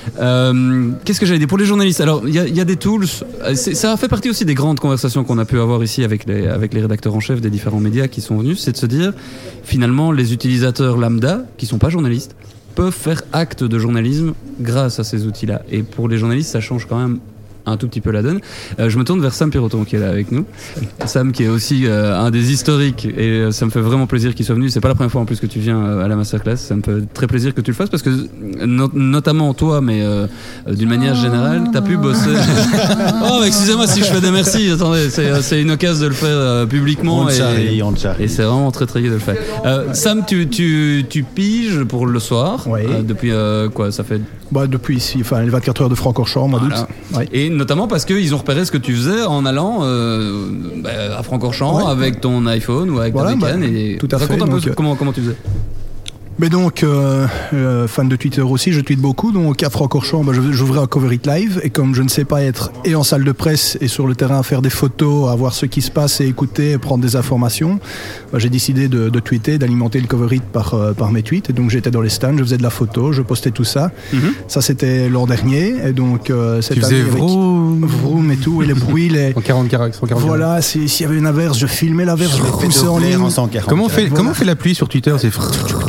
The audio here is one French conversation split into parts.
Qu'est-ce que j'allais dire pour les journalistes? Alors, il y a des tools. Ça fait partie aussi des grandes conversations qu'on a pu avoir ici avec les rédacteurs en chef des différents médias qui sont venus. C'est de se dire, finalement, les utilisateurs lambda, qui sont pas journalistes, peuvent faire acte de journalisme grâce à ces outils-là. Et pour les journalistes, ça change quand même un tout petit peu la donne. Je me tourne vers Sam Piroton qui est là avec nous. Sam qui est aussi un des historiques et ça me fait vraiment plaisir qu'il soit venu. C'est pas la première fois en plus que tu viens à la masterclass. Ça me fait très plaisir que tu le fasses parce que notamment toi, mais d'une manière générale, t'as pu bosser. Oh, mais excusez-moi si je fais des merci. Attendez, c'est une occasion de le faire publiquement et c'est vraiment très très gai de le faire. Sam, tu piges pour le soir. Oui. Depuis quoi, ça fait depuis ici, les 24 heures de Francorchamps, mois d'août. Ouais. Et notamment parce qu'ils ont repéré ce que tu faisais en allant à Francorchamps avec ton iPhone ou avec ta bécane. Tout à fait. Raconte un peu comment tu faisais. Mais donc, fan de Twitter aussi, je tweete beaucoup. Donc, à Francorchamps, j'ouvrais un Cover It Live. Et comme je ne sais pas être et en salle de presse et sur le terrain à faire des photos, à voir ce qui se passe et écouter et prendre des informations, j'ai décidé de tweeter, d'alimenter le Cover It par mes tweets. Et donc, j'étais dans les stands, je faisais de la photo, je postais tout ça. Mm-hmm. Ça, c'était l'an dernier. Et donc, cette année, avec vroom et tout, et les bruits, en 40 caractères. Voilà, s'il y avait une averse, je filmais l'averse, je les poussais en ligne. Comment fait la pluie sur Twitter? C'est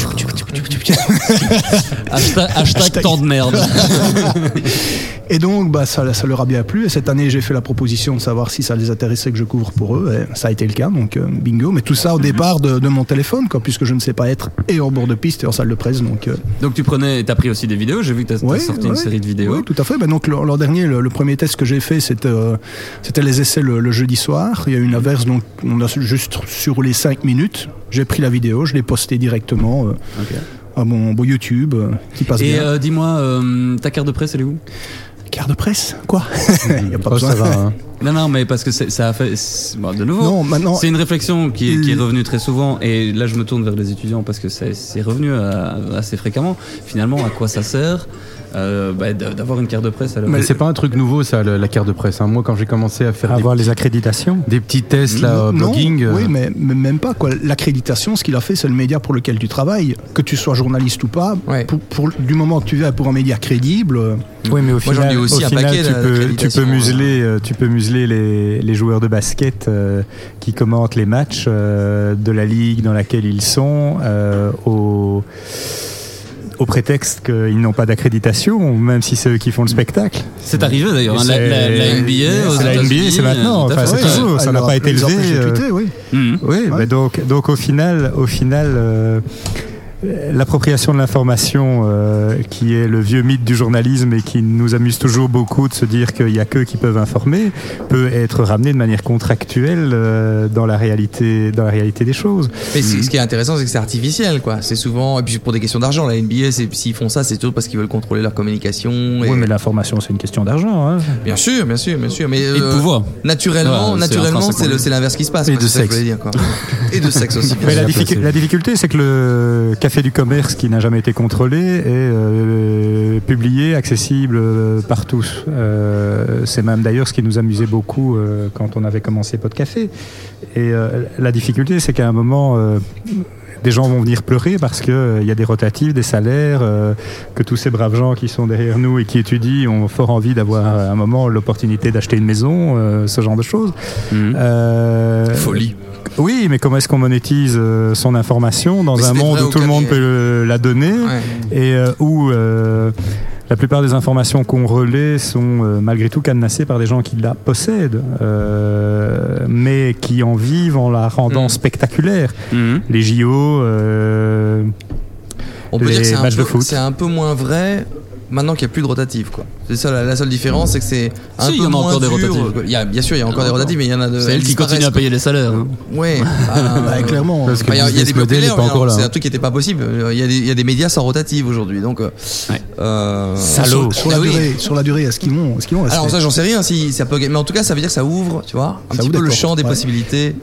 hashtag temps de merde. Et donc, ça leur a bien plu. Et cette année, j'ai fait la proposition de savoir si ça les intéressait que je couvre pour eux. Et ça a été le cas, donc bingo. Mais tout ça au départ de mon téléphone, puisque je ne sais pas être et en bord de piste et en salle de presse. Donc t'as pris aussi des vidéos. J'ai vu que t'as sorti une série de vidéos. Oui, tout à fait. Donc l'an dernier, le premier test que j'ai fait, c'était les essais le jeudi soir. Il y a eu une averse, donc on a juste surroulé 5 minutes. J'ai pris la vidéo, je l'ai postée directement. À mon beau YouTube qui passe bien. Et dis-moi, ta carte de presse, elle est où? Carte de presse? Quoi? Il n'y a pas besoin. Ça va, hein. Non, mais parce que ça a fait... de nouveau, non, maintenant, c'est une réflexion qui est revenue très souvent. Et là, je me tourne vers les étudiants parce que c'est revenu assez fréquemment. Finalement, à quoi ça sert d'avoir une carte de presse? Mais c'est pas un truc nouveau, ça, la carte de presse. Moi, quand j'ai commencé à faire les accréditations, des petits tests blogging. Oui, mais même pas quoi. L'accréditation, ce qu'il a fait, c'est le média pour lequel tu travailles, que tu sois journaliste ou pas. Ouais. Du moment que tu vas pour un média crédible. Oui, mais au final, j'en ai aussi un paquet tu peux museler les joueurs de basket qui commentent les matchs de la ligue dans laquelle ils sont au prétexte qu'ils n'ont pas d'accréditation, même si c'est eux qui font le spectacle. C'est arrivé d'ailleurs, la NBA. C'est la NBA, c'est maintenant. C'est toujours, ça n'a pas été levé. Oui, donc au final, l'appropriation de l'information, qui est le vieux mythe du journalisme et qui nous amuse toujours beaucoup de se dire qu'il n'y a qu'eux qui peuvent informer, peut être ramené de manière contractuelle dans la réalité des choses. Mais ce qui est intéressant, c'est que c'est artificiel, quoi. C'est souvent, et puis pour des questions d'argent, la NBA, s'ils font ça, c'est toujours parce qu'ils veulent contrôler leur communication. Oui, mais l'information, c'est une question d'argent. Hein. Bien sûr. Mais et de pouvoir. Naturellement, c'est l'inverse qui se passe. Et de sexe. Et de sexe aussi. Mais la difficulté, c'est que le Café du commerce, qui n'a jamais été contrôlé, est publié, accessible par tous. C'est même d'ailleurs ce qui nous amusait beaucoup quand on avait commencé Podcafé. Et la difficulté, c'est qu'à un moment, des gens vont venir pleurer parce qu'il y a des rotatifs, des salaires, que tous ces braves gens qui sont derrière nous et qui étudient ont fort envie d'avoir à un moment l'opportunité d'acheter une maison, ce genre de choses. Folie. Oui, mais comment est-ce qu'on monétise son information dans un monde où tout le monde peut la donner et où la plupart des informations qu'on relaie sont malgré tout cadenassées par des gens qui la possèdent, mais qui en vivent en la rendant spectaculaire. Les JO, on peut dire que c'est un peu moins vrai maintenant qu'il n'y a plus de rotative, quoi. C'est ça la seule différence, c'est que c'est un peu moins dur. Bien sûr, il y a encore des rotatives, mais il y en a c'est elle qui continue à payer les salaires. Hein. Ouais, clairement. Parce que il y a des modèles pas encore là. C'est un truc qui n'était pas possible. Il y a des médias sans rotative aujourd'hui, donc. Salaud. Sur la durée, est-ce qu'ils vont Alors ça, j'en sais rien. Si ça peut, mais en tout cas, ça veut dire que ça ouvre, tu vois, un petit peu le champ des possibilités.